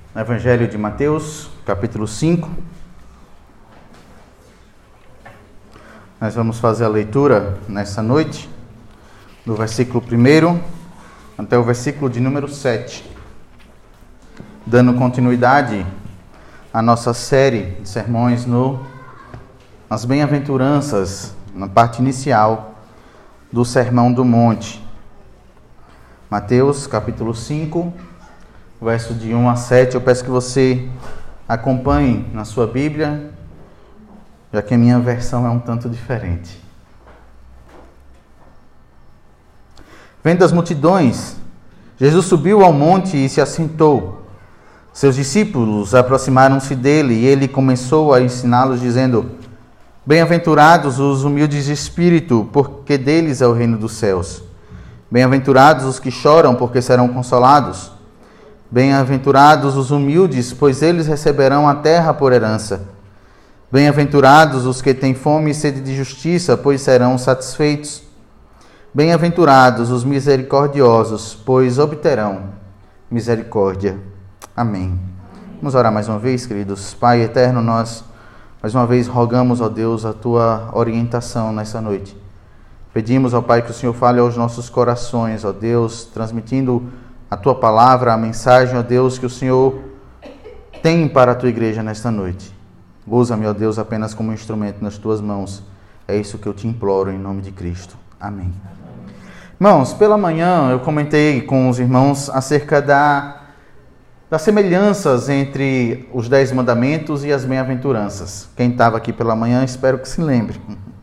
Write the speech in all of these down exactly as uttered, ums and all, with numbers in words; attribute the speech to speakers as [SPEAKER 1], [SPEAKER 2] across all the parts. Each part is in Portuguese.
[SPEAKER 1] Evangelho de Mateus, capítulo cinco. Nós vamos fazer a leitura nessa noite, do versículo primeiro até o versículo de número sete, dando continuidade à nossa série de sermões no, nas bem-aventuranças, na parte inicial do Sermão do Monte. Mateus, capítulo cinco, verso de um a sete. Eu peço que você acompanhe na sua Bíblia, já que a minha versão é um tanto diferente. Vendo as multidões, Jesus subiu ao monte e se assentou. Seus discípulos aproximaram-se dele e ele começou a ensiná-los, dizendo: Bem-aventurados os humildes de espírito, porque deles é o reino dos céus. Bem-aventurados os que choram, porque serão consolados. Bem-aventurados os humildes, pois eles receberão a terra por herança. Bem-aventurados os que têm fome e sede de justiça, pois serão satisfeitos. Bem-aventurados os misericordiosos, pois obterão misericórdia. Amém. Vamos orar mais uma vez, queridos. Pai eterno, nós mais uma vez rogamos, ó Deus, a Tua orientação nessa noite. Pedimos, ó Pai, que o Senhor fale aos nossos corações, ó Deus, transmitindo a Tua palavra, a mensagem, ó Deus, que o Senhor tem para a Tua igreja nesta noite. Usa-me, ó Deus, apenas como instrumento nas Tuas mãos. É isso que eu te imploro em nome de Cristo. Amém. Irmãos, pela manhã eu comentei com os irmãos acerca da, das semelhanças entre os Dez Mandamentos e as Bem-aventuranças. Quem estava aqui pela manhã, espero que se lembre.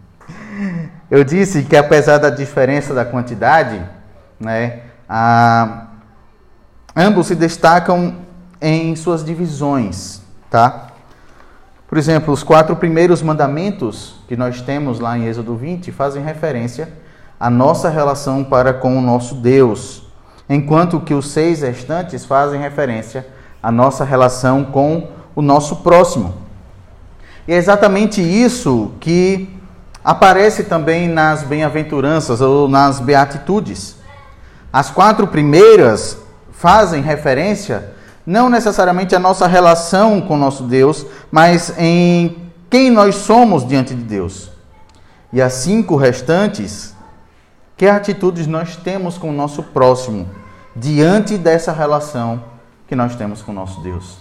[SPEAKER 1] Eu disse que apesar da diferença da quantidade, né, a, ambos se destacam em suas divisões, tá? Por exemplo, os quatro primeiros mandamentos que nós temos lá em Êxodo vinte fazem referência à nossa relação para com o nosso Deus, enquanto que os seis restantes fazem referência à nossa relação com o nosso próximo. E é exatamente isso que aparece também nas bem-aventuranças ou nas beatitudes. As quatro primeiras fazem referência não necessariamente à nossa relação com o nosso Deus, mas em quem nós somos diante de Deus. E as cinco restantes, que atitudes nós temos com o nosso próximo diante dessa relação que nós temos com o nosso Deus.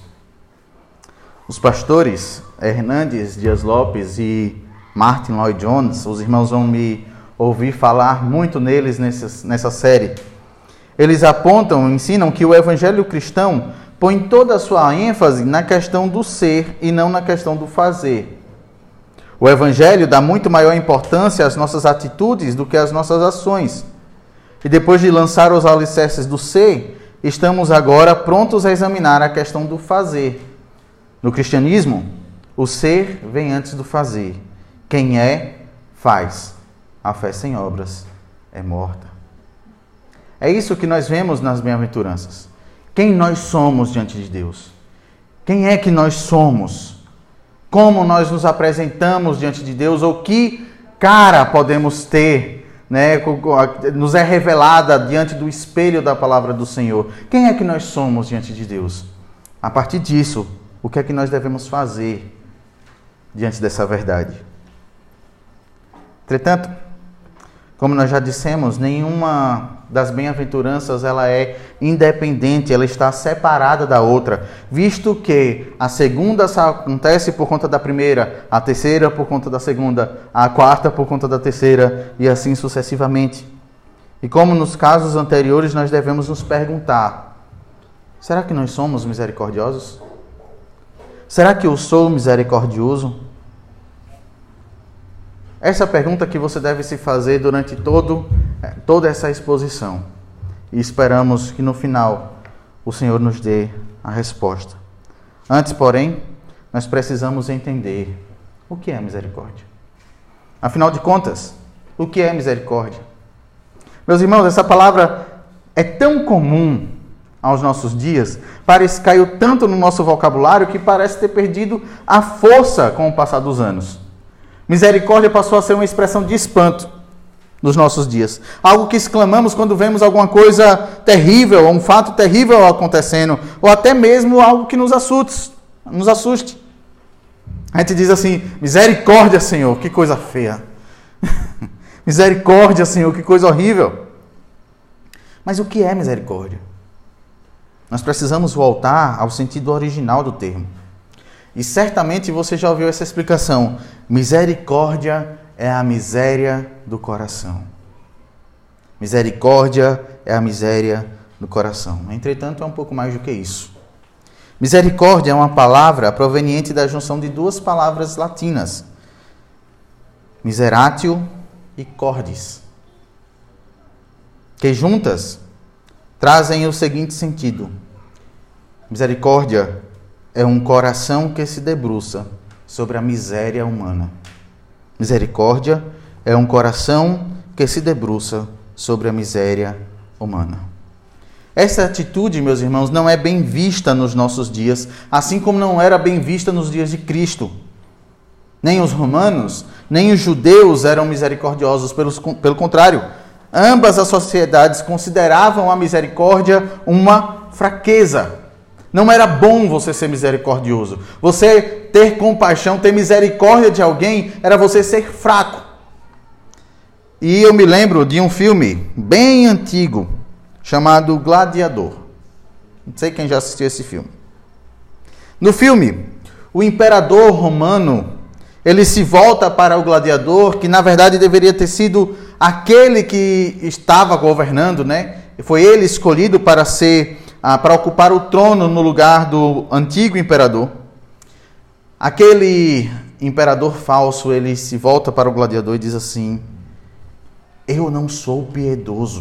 [SPEAKER 1] Os pastores Hernandes Dias Lopes e Martin Lloyd Jones, os irmãos vão me ouvir falar muito neles nessa, nessa série. Eles apontam, ensinam que o evangelho cristão põe toda a sua ênfase na questão do ser e não na questão do fazer. O evangelho dá muito maior importância às nossas atitudes do que às nossas ações. E depois de lançar os alicerces do ser, estamos agora prontos a examinar a questão do fazer. No cristianismo, o ser vem antes do fazer. Quem é, faz. A fé sem obras é morta. É isso que nós vemos nas bem-aventuranças. Quem nós somos diante de Deus? Quem é que nós somos? Como nós nos apresentamos diante de Deus? Ou que cara podemos ter, né? Nos é revelada diante do espelho da palavra do Senhor. Quem é que nós somos diante de Deus? A partir disso, o que é que nós devemos fazer diante dessa verdade? Entretanto, como nós já dissemos, nenhuma das bem-aventuranças ela é independente, ela está separada da outra, visto que a segunda só acontece por conta da primeira, a terceira por conta da segunda, a quarta por conta da terceira e assim sucessivamente. E como nos casos anteriores, nós devemos nos perguntar: será que nós somos misericordiosos? Será que eu sou misericordioso? Essa é a pergunta que você deve se fazer durante todo, toda essa exposição. E esperamos que no final o Senhor nos dê a resposta. Antes, porém, nós precisamos entender o que é misericórdia. Afinal de contas, o que é misericórdia? Meus irmãos, essa palavra é tão comum aos nossos dias, parece que caiu tanto no nosso vocabulário que parece ter perdido a força com o passar dos anos. Misericórdia passou a ser uma expressão de espanto. nos nossos dias. Algo que exclamamos quando vemos alguma coisa terrível, um fato terrível acontecendo, ou até mesmo algo que nos assuste. Nos assuste. A gente diz assim, misericórdia, Senhor, que coisa feia. Misericórdia, Senhor, que coisa horrível. Mas o que é misericórdia? Nós precisamos voltar ao sentido original do termo. E certamente você já ouviu essa explicação. Misericórdia é a miséria do coração. Misericórdia é a miséria do coração. Entretanto, é um pouco mais do que isso. Misericórdia é uma palavra proveniente da junção de duas palavras latinas. Miseratio e cordis. Que juntas trazem o seguinte sentido. Misericórdia é um coração que se debruça sobre a miséria humana. Misericórdia é um coração que se debruça sobre a miséria humana. Essa atitude, meus irmãos, não é bem vista nos nossos dias, assim como não era bem vista nos dias de Cristo. Nem os romanos, nem os judeus eram misericordiosos, pelo, pelo contrário. Ambas as sociedades consideravam a misericórdia uma fraqueza. Não era bom você ser misericordioso. Você ter compaixão, ter misericórdia de alguém, era você ser fraco. E eu me lembro de um filme bem antigo, chamado Gladiador. Não sei quem já assistiu esse filme. No filme, o imperador romano, ele se volta para o gladiador, que na verdade deveria ter sido aquele que estava governando, né? Foi ele escolhido para ser, ah, para ocupar o trono no lugar do antigo imperador. Aquele imperador falso, ele se volta para o gladiador e diz assim: eu não sou piedoso.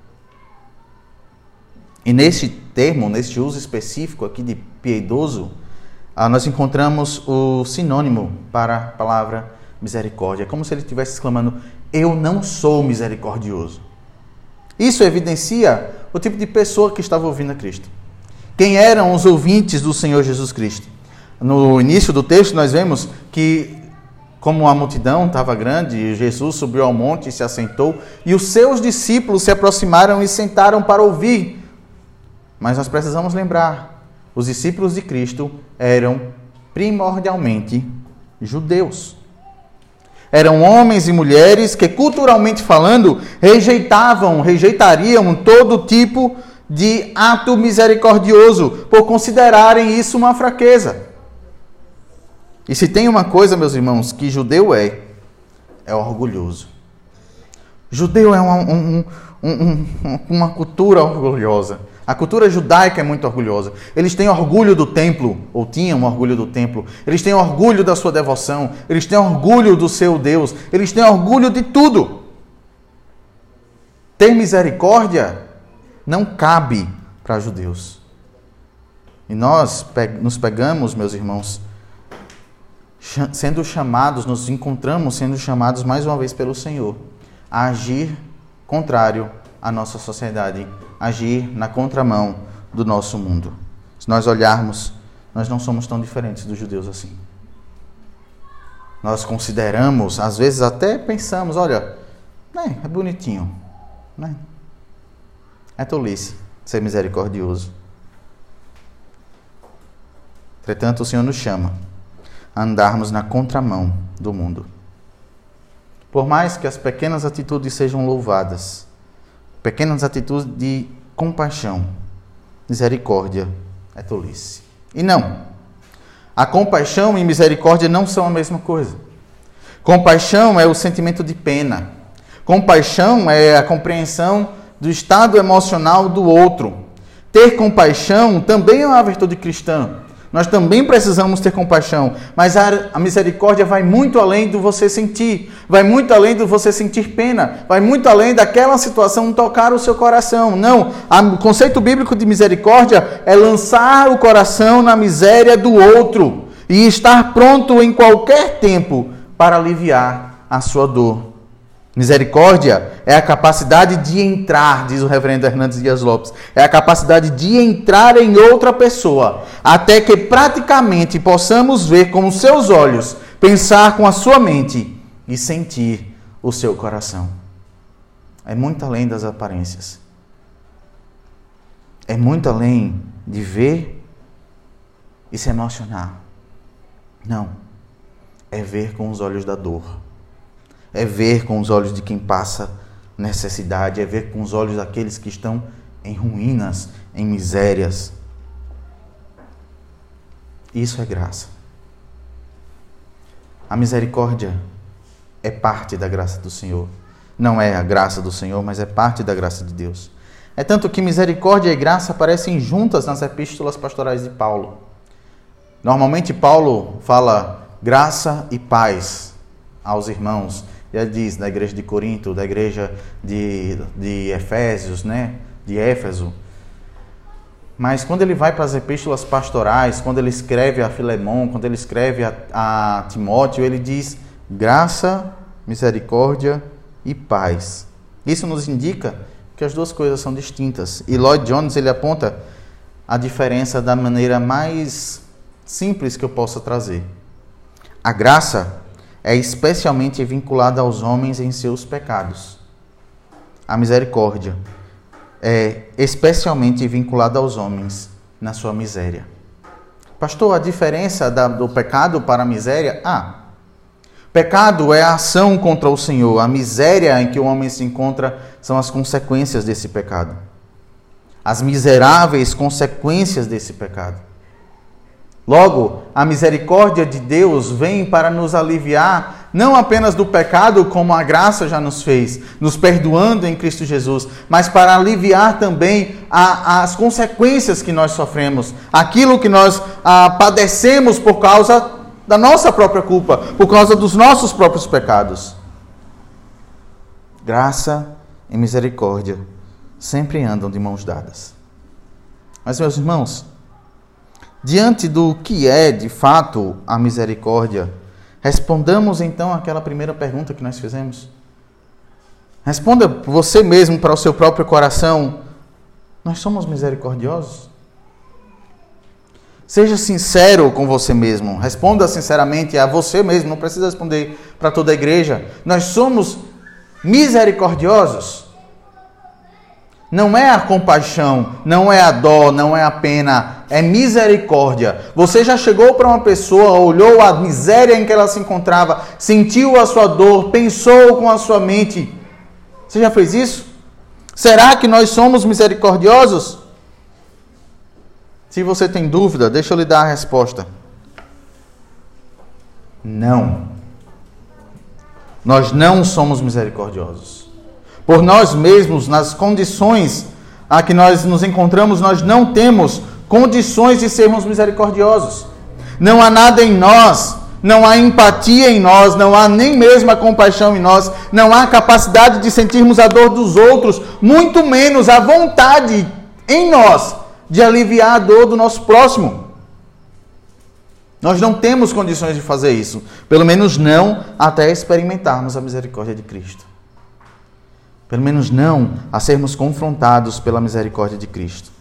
[SPEAKER 1] E neste termo, neste uso específico aqui de piedoso, nós encontramos o sinônimo para a palavra misericórdia. É como se ele estivesse exclamando: eu não sou misericordioso. Isso evidencia o tipo de pessoa que estava ouvindo a Cristo. Quem eram os ouvintes do Senhor Jesus Cristo? No início do texto nós vemos que, como a multidão estava grande, Jesus subiu ao monte e se assentou, e os seus discípulos se aproximaram e sentaram para ouvir. Mas nós precisamos lembrar, os discípulos de Cristo eram primordialmente judeus. Eram homens e mulheres que, culturalmente falando, rejeitavam, rejeitariam todo tipo de ato misericordioso, por considerarem isso uma fraqueza. E se tem uma coisa, meus irmãos, que judeu é, é orgulhoso. Judeu é uma, um, um, um, uma cultura orgulhosa. A cultura judaica é muito orgulhosa. Eles têm orgulho do templo, ou tinham orgulho do templo. Eles têm orgulho da sua devoção. Eles têm orgulho do seu Deus. Eles têm orgulho de tudo. Ter misericórdia não cabe para judeus. E nós nos pegamos, meus irmãos, sendo chamados, nos encontramos sendo chamados mais uma vez pelo Senhor a agir contrário à nossa sociedade, agir na contramão do nosso mundo. Se nós olharmos, nós não somos tão diferentes dos judeus assim. Nós consideramos, às vezes até pensamos, olha, né, é bonitinho, né? É tolice ser misericordioso. Entretanto, o Senhor nos chama a andarmos na contramão do mundo. Por mais que as pequenas atitudes sejam louvadas, pequenas atitudes de compaixão, misericórdia é tolice. E não, a compaixão e misericórdia não são a mesma coisa. Compaixão é o sentimento de pena. Compaixão é a compreensão do estado emocional do outro. Ter compaixão também é uma virtude cristã. Nós também precisamos ter compaixão, mas a, a misericórdia vai muito além do você sentir, vai muito além do você sentir pena, vai muito além daquela situação tocar o seu coração. Não, a, o conceito bíblico de misericórdia é lançar o coração na miséria do outro e estar pronto em qualquer tempo para aliviar a sua dor. Misericórdia é a capacidade de entrar, diz o reverendo Hernandes Dias Lopes, é a capacidade de entrar em outra pessoa, até que praticamente possamos ver com os seus olhos, pensar com a sua mente e sentir o seu coração. é muito além das aparências. É muito além de ver e se emocionar. Não. É ver com os olhos da dor. É ver com os olhos de quem passa necessidade. É ver com os olhos daqueles que estão em ruínas, em misérias. Isso é graça. A misericórdia é parte da graça do Senhor. Não é a graça do Senhor, mas é parte da graça de Deus. É tanto que misericórdia e graça aparecem juntas nas epístolas pastorais de Paulo. Normalmente Paulo fala graça e paz aos irmãos. Ele diz da igreja de Corinto, da igreja de, de Efésios, né? de Éfeso. Mas quando ele vai para as epístolas pastorais, quando ele escreve a Filemão, quando ele escreve a, a Timóteo, ele diz graça, misericórdia e paz. Isso nos indica que as duas coisas são distintas. E Lloyd Jones ele aponta a diferença da maneira mais simples que eu possa trazer. A graça é especialmente vinculada aos homens em seus pecados. A misericórdia é especialmente vinculada aos homens na sua miséria. Pastor, a diferença da, do pecado para a miséria? Ah, pecado é a ação contra o Senhor. A miséria em que o homem se encontra são as consequências desse pecado. As miseráveis consequências desse pecado. Logo, a misericórdia de Deus vem para nos aliviar não apenas do pecado, como a graça já nos fez, nos perdoando em Cristo Jesus, mas para aliviar também a, as consequências que nós sofremos, aquilo que nós a, padecemos por causa da nossa própria culpa, por causa dos nossos próprios pecados. Graça e misericórdia sempre andam de mãos dadas. Mas, meus irmãos, diante do que é, de fato, a misericórdia, respondamos então aquela primeira pergunta que nós fizemos. Responda você mesmo para o seu próprio coração: nós somos misericordiosos? Seja sincero com você mesmo. Responda sinceramente a você mesmo. Não precisa responder para toda a igreja. Nós somos misericordiosos? Não é a compaixão, não é a dó, não é a pena, é misericórdia. Você já chegou para uma pessoa, olhou a miséria em que ela se encontrava, sentiu a sua dor, pensou com a sua mente. Você já fez isso? Será que nós somos misericordiosos? Se você tem dúvida, deixa eu lhe dar a resposta. Não. Nós não somos misericordiosos. Por nós mesmos, nas condições a que nós nos encontramos, nós não temos condições de sermos misericordiosos. Não há nada em nós, não há empatia em nós, não há nem mesmo a compaixão em nós, não há capacidade de sentirmos a dor dos outros, muito menos a vontade em nós de aliviar a dor do nosso próximo. Nós não temos condições de fazer isso, pelo menos não até experimentarmos a misericórdia de Cristo. Pelo menos não a sermos confrontados pela misericórdia de Cristo.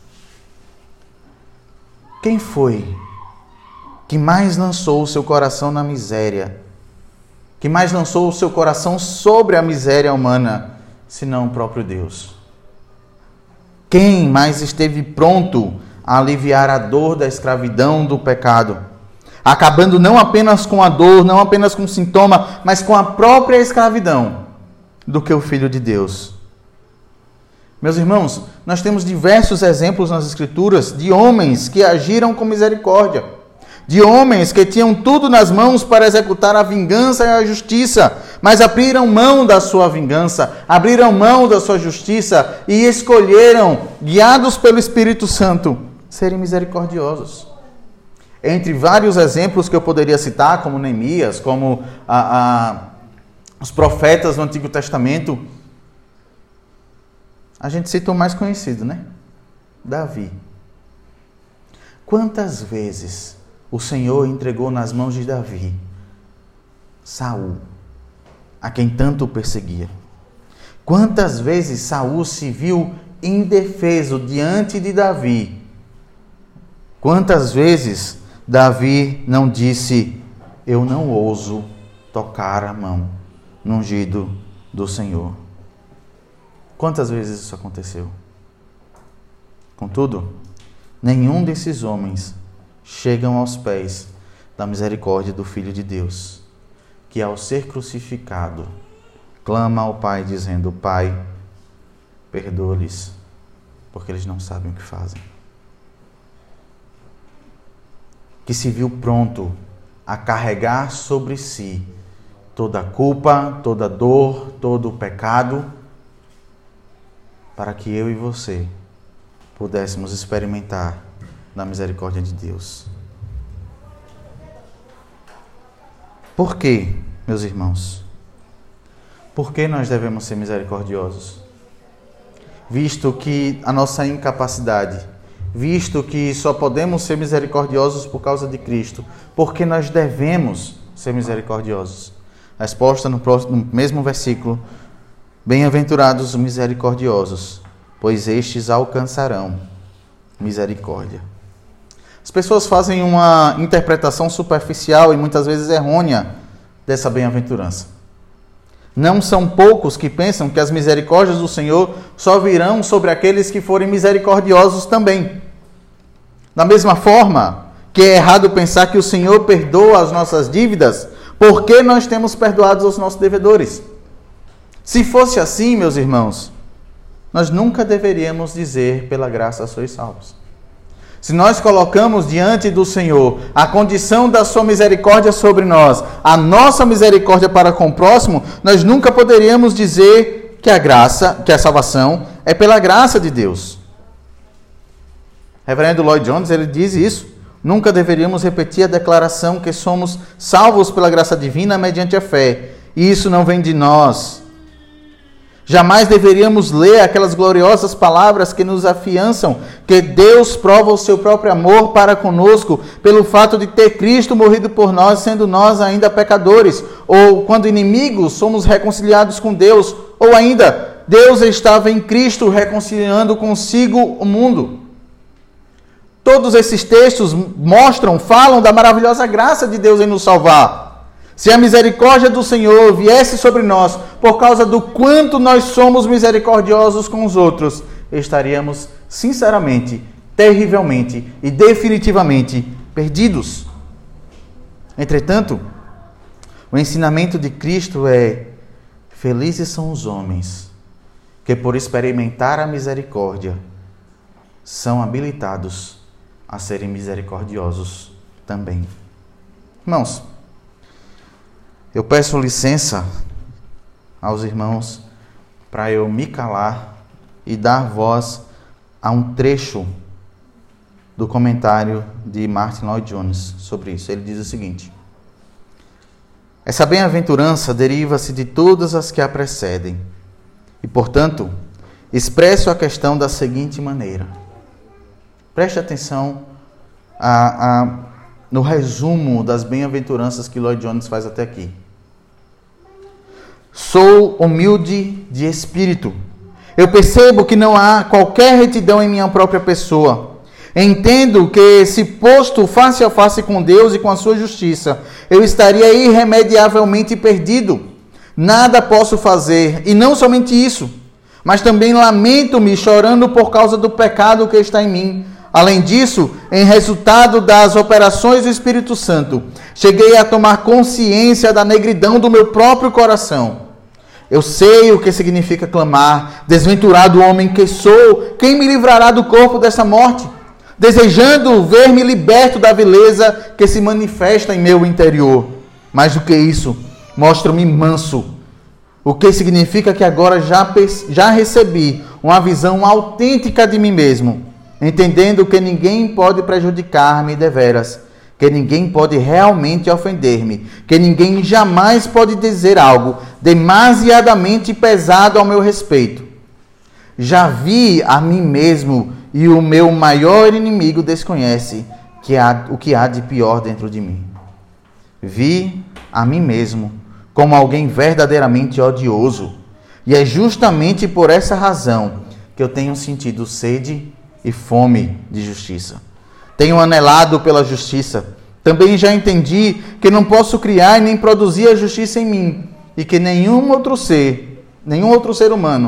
[SPEAKER 1] Quem foi que mais lançou o seu coração na miséria? Que mais lançou o seu coração sobre a miséria humana, senão o próprio Deus? Quem mais esteve pronto a aliviar a dor da escravidão do pecado? Acabando não apenas com a dor, não apenas com o sintoma, mas com a própria escravidão, do que o Filho de Deus. Meus irmãos, nós temos diversos exemplos nas Escrituras de homens que agiram com misericórdia, de homens que tinham tudo nas mãos para executar a vingança e a justiça, mas abriram mão da sua vingança, abriram mão da sua justiça e escolheram, guiados pelo Espírito Santo, serem misericordiosos. Entre vários exemplos que eu poderia citar, como Neemias, como a, a os profetas do Antigo Testamento, a gente cita o mais conhecido, né? Davi. Quantas vezes o Senhor entregou nas mãos de Davi Saul, a quem tanto o perseguia? Quantas vezes Saul se viu indefeso diante de Davi? Quantas vezes Davi não disse: eu não ouso tocar a mão no ungido do Senhor? Quantas vezes isso aconteceu? Contudo, nenhum desses homens chegam aos pés da misericórdia do Filho de Deus, que ao ser crucificado, clama ao Pai dizendo: Pai, perdoa-lhes, porque eles não sabem o que fazem. Que se viu pronto a carregar sobre si toda a culpa, toda a dor, todo o pecado, para que eu e você pudéssemos experimentar da misericórdia de Deus. Por quê, meus irmãos? Por que nós devemos ser misericordiosos? Visto que a nossa incapacidade, visto que só podemos ser misericordiosos por causa de Cristo, por que nós devemos ser misericordiosos? A resposta no, próximo, no mesmo versículo: bem-aventurados os misericordiosos, pois estes alcançarão misericórdia. As pessoas fazem uma interpretação superficial e muitas vezes errônea dessa bem-aventurança. Não são poucos que pensam que as misericórdias do Senhor só virão sobre aqueles que forem misericordiosos também. Da mesma forma que é errado pensar que o Senhor perdoa as nossas dívidas, porque nós temos perdoado os nossos devedores. Se fosse assim, meus irmãos, nós nunca deveríamos dizer: pela graça sois salvos. Se nós colocamos diante do Senhor a condição da sua misericórdia sobre nós, a nossa misericórdia para com o próximo, nós nunca poderíamos dizer que a graça, que a salvação é pela graça de Deus. Reverendo Lloyd Jones, ele diz isso: nunca deveríamos repetir a declaração que somos salvos pela graça divina mediante a fé. E isso não vem de nós. Jamais deveríamos ler aquelas gloriosas palavras que nos afiançam que Deus prova o seu próprio amor para conosco pelo fato de ter Cristo morrido por nós, sendo nós ainda pecadores, ou quando inimigos somos reconciliados com Deus, ou ainda Deus estava em Cristo reconciliando consigo o mundo. Todos esses textos mostram, falam da maravilhosa graça de Deus em nos salvar. Se a misericórdia do Senhor viesse sobre nós por causa do quanto nós somos misericordiosos com os outros, estaríamos sinceramente, terrivelmente e definitivamente perdidos. Entretanto, o ensinamento de Cristo é: felizes são os homens que, por experimentar a misericórdia, são habilitados a serem misericordiosos também. Irmãos, eu peço licença aos irmãos para eu me calar e dar voz a um trecho do comentário de Martin Lloyd Jones sobre isso. Ele diz o seguinte: essa bem-aventurança deriva-se de todas as que a precedem e, portanto, expresso a questão da seguinte maneira. Preste atenção a, a, no resumo das bem-aventuranças que Lloyd Jones faz até aqui. Sou humilde de espírito. Eu percebo que não há qualquer retidão em minha própria pessoa. Entendo que, se posto face a face com Deus e com a sua justiça, eu estaria irremediavelmente perdido. Nada posso fazer, e não somente isso, mas também lamento-me chorando por causa do pecado que está em mim. Além disso, em resultado das operações do Espírito Santo, cheguei a tomar consciência da negridão do meu próprio coração. Eu sei o que significa clamar: desventurado homem que sou, quem me livrará do corpo dessa morte? Desejando ver-me liberto da vileza que se manifesta em meu interior. Mais do que isso, mostro-me manso, o que significa que agora já, já recebi uma visão autêntica de mim mesmo, entendendo que ninguém pode prejudicar-me deveras, que ninguém pode realmente ofender-me, que ninguém jamais pode dizer algo demasiadamente pesado ao meu respeito. Já vi a mim mesmo e o meu maior inimigo desconhece que há, o que há de pior dentro de mim. Vi a mim mesmo como alguém verdadeiramente odioso, e é justamente por essa razão que eu tenho sentido sede e fome de justiça. Tenho anelado pela justiça. Também já entendi que não posso criar nem produzir a justiça em mim, e que nenhum outro ser, nenhum outro ser humano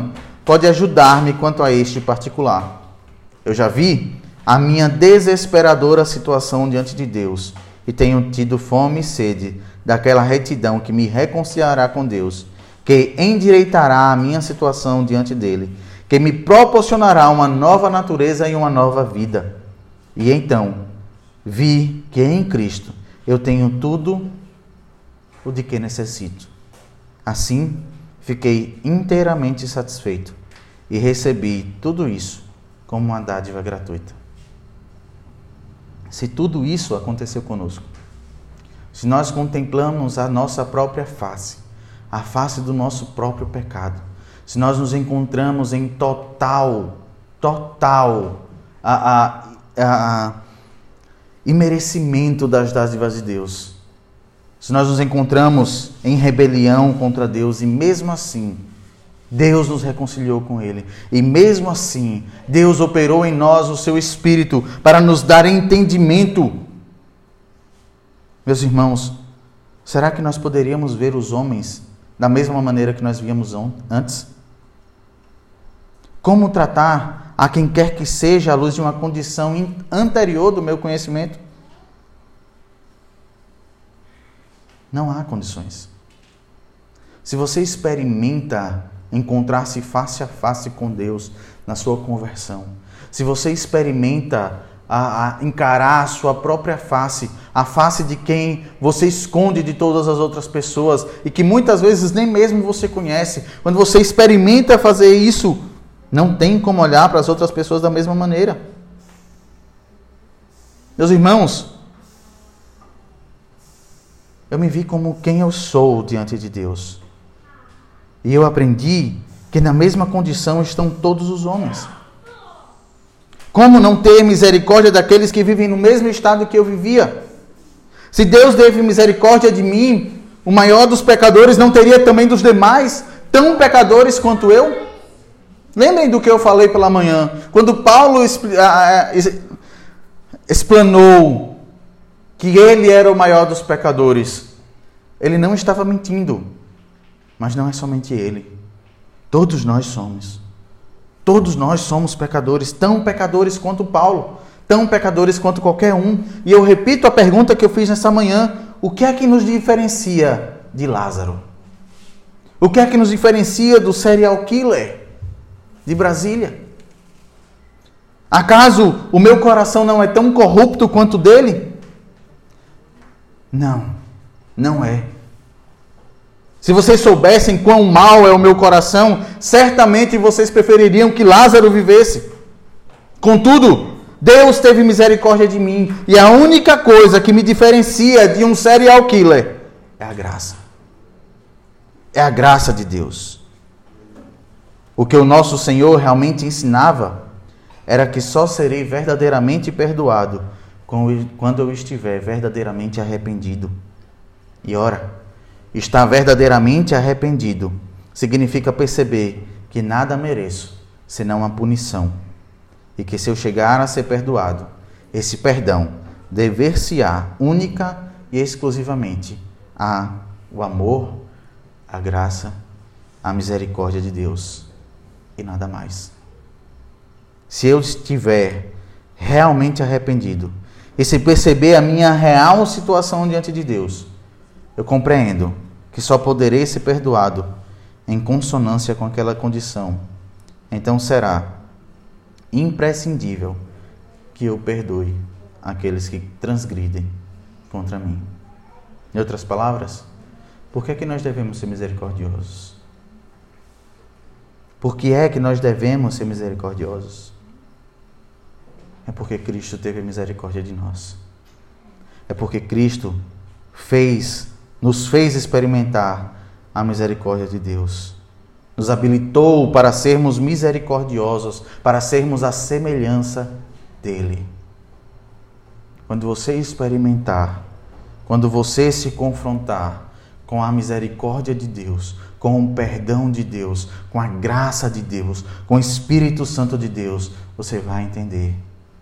[SPEAKER 1] pode ajudar-me quanto a este particular. Eu já vi a minha desesperadora situação diante de Deus e tenho tido fome e sede daquela retidão que me reconciliará com Deus, que endireitará a minha situação diante dele, que me proporcionará uma nova natureza e uma nova vida. E então vi que em Cristo eu tenho tudo o de que necessito. Assim, fiquei inteiramente satisfeito e recebi tudo isso como uma dádiva gratuita. Se tudo isso aconteceu conosco, se nós contemplamos a nossa própria face, a face do nosso próprio pecado, se nós nos encontramos em total, total a, a, a, imerecimento das dádivas de Deus, se nós nos encontramos em rebelião contra Deus e mesmo assim Deus nos reconciliou com Ele, e mesmo assim Deus operou em nós o seu Espírito para nos dar entendimento, meus irmãos, será que nós poderíamos ver os homens da mesma maneira que nós víamos antes? Como tratar a quem quer que seja à luz de uma condição anterior do meu conhecimento? Não há condições. Se você experimenta encontrar-se face a face com Deus na sua conversão, se você experimenta a, a encarar a sua própria face, a face de quem você esconde de todas as outras pessoas e que muitas vezes nem mesmo você conhece, quando você experimenta fazer isso, não tem como olhar para as outras pessoas da mesma maneira. Meus irmãos, eu me vi como quem eu sou diante de Deus. E eu aprendi que na mesma condição estão todos os homens. Como não ter misericórdia daqueles que vivem no mesmo estado que eu vivia? Se Deus teve misericórdia de mim, o maior dos pecadores não teria também dos demais, tão pecadores quanto eu? Lembrem do que eu falei pela manhã, quando Paulo explanou que ele era o maior dos pecadores. Ele não estava mentindo, mas não é somente ele. Todos nós somos. Todos nós somos pecadores, tão pecadores quanto Paulo, tão pecadores quanto qualquer um. E eu repito a pergunta que eu fiz nessa manhã: o que é que nos diferencia de Lázaro? O que é que nos diferencia do serial killer de Brasília? Acaso o meu coração não é tão corrupto quanto o dele? Não, não é. Se vocês soubessem quão mau é o meu coração, certamente vocês prefeririam que Lázaro vivesse. Contudo, Deus teve misericórdia de mim, e a única coisa que me diferencia de um serial killer é a graça. É a graça de Deus. O que o nosso Senhor realmente ensinava era que só serei verdadeiramente perdoado quando eu estiver verdadeiramente arrependido. E ora, estar verdadeiramente arrependido significa perceber que nada mereço senão a punição. E que se eu chegar a ser perdoado, esse perdão dever-se-á única e exclusivamente ao amor, à graça, à misericórdia de Deus e nada mais. Se eu estiver realmente arrependido e se perceber a minha real situação diante de Deus, eu compreendo que só poderei ser perdoado em consonância com aquela condição. Então será imprescindível que eu perdoe aqueles que transgridem contra mim. Em outras palavras, por que é que nós devemos ser misericordiosos? Por que é que nós devemos ser misericordiosos? É porque Cristo teve misericórdia de nós. É porque Cristo fez nos fez experimentar a misericórdia de Deus. Nos habilitou para sermos misericordiosos, para sermos a semelhança dele. Quando você experimentar, quando você se confrontar com a misericórdia de Deus, com o perdão de Deus, com a graça de Deus, com o Espírito Santo de Deus, você vai entender.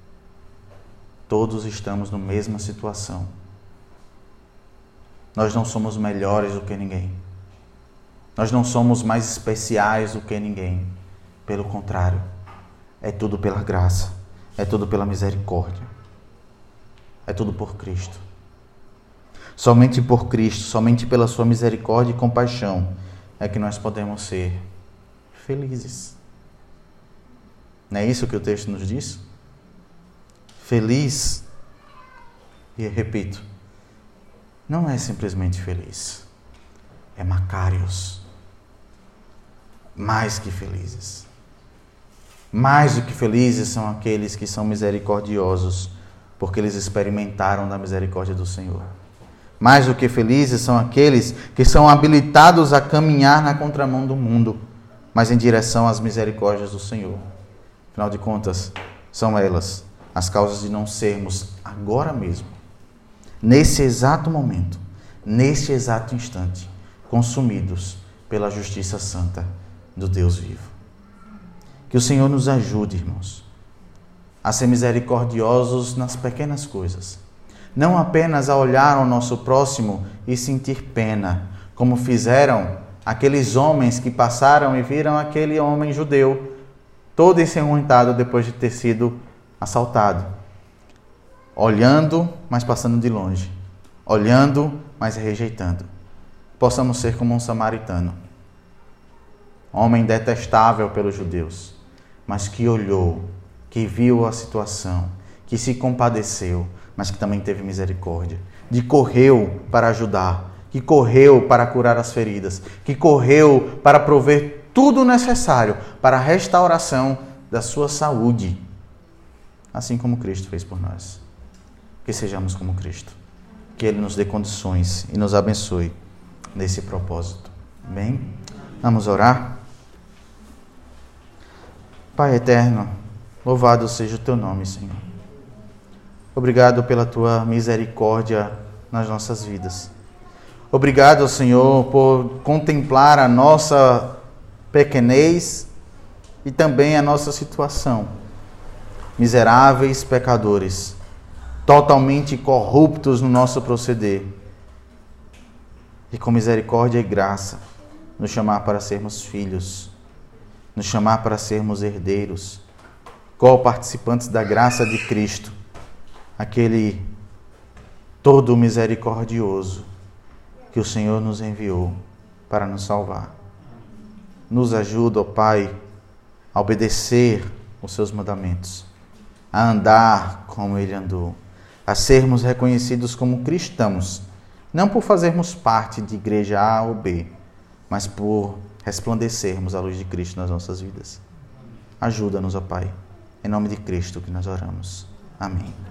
[SPEAKER 1] Todos estamos na mesma situação. Nós não somos melhores do que ninguém. Nós não somos mais especiais do que ninguém. Pelo contrário, é tudo pela graça, é tudo pela misericórdia, é tudo por Cristo. Somente por Cristo, somente pela sua misericórdia e compaixão é que nós podemos ser felizes. Não é isso que o texto nos diz? Feliz, e eu repito, não é simplesmente feliz, é Macarios, mais que felizes. Mais do que felizes são aqueles que são misericordiosos, porque eles experimentaram da misericórdia do Senhor. Mais do que felizes são aqueles que são habilitados a caminhar na contramão do mundo, mas em direção às misericórdias do Senhor. Afinal de contas, são elas as causas de não sermos agora mesmo, nesse exato momento, neste exato instante, consumidos pela justiça santa do Deus vivo. Que o Senhor nos ajude, irmãos, a ser misericordiosos nas pequenas coisas. Não apenas a olhar ao nosso próximo e sentir pena, como fizeram aqueles homens que passaram e viram aquele homem judeu todo ensanguentado depois de ter sido assaltado. Olhando, mas passando de longe. Olhando, mas rejeitando. Possamos ser como um samaritano. Homem detestável pelos judeus, mas que olhou, que viu a situação, que se compadeceu, mas que também teve misericórdia, que correu para ajudar, que correu para curar as feridas, que correu para prover tudo o necessário para a restauração da sua saúde, assim como Cristo fez por nós. Que sejamos como Cristo, que Ele nos dê condições e nos abençoe nesse propósito. Bem, vamos orar? Pai eterno, louvado seja o Teu nome, Senhor. Obrigado pela Tua misericórdia nas nossas vidas. Obrigado, Senhor, por contemplar a nossa pequenez e também a nossa situação. Miseráveis pecadores, totalmente corruptos no nosso proceder. E com misericórdia e graça, nos chamar para sermos filhos, nos chamar para sermos herdeiros, co-participantes da graça de Cristo, aquele todo misericordioso que o Senhor nos enviou para nos salvar. Nos ajuda, ó Pai, a obedecer os seus mandamentos, a andar como Ele andou, a sermos reconhecidos como cristãos, não por fazermos parte de igreja A ou B, mas por resplandecermos a luz de Cristo nas nossas vidas. Ajuda-nos, ó Pai, em nome de Cristo que nós oramos. Amém.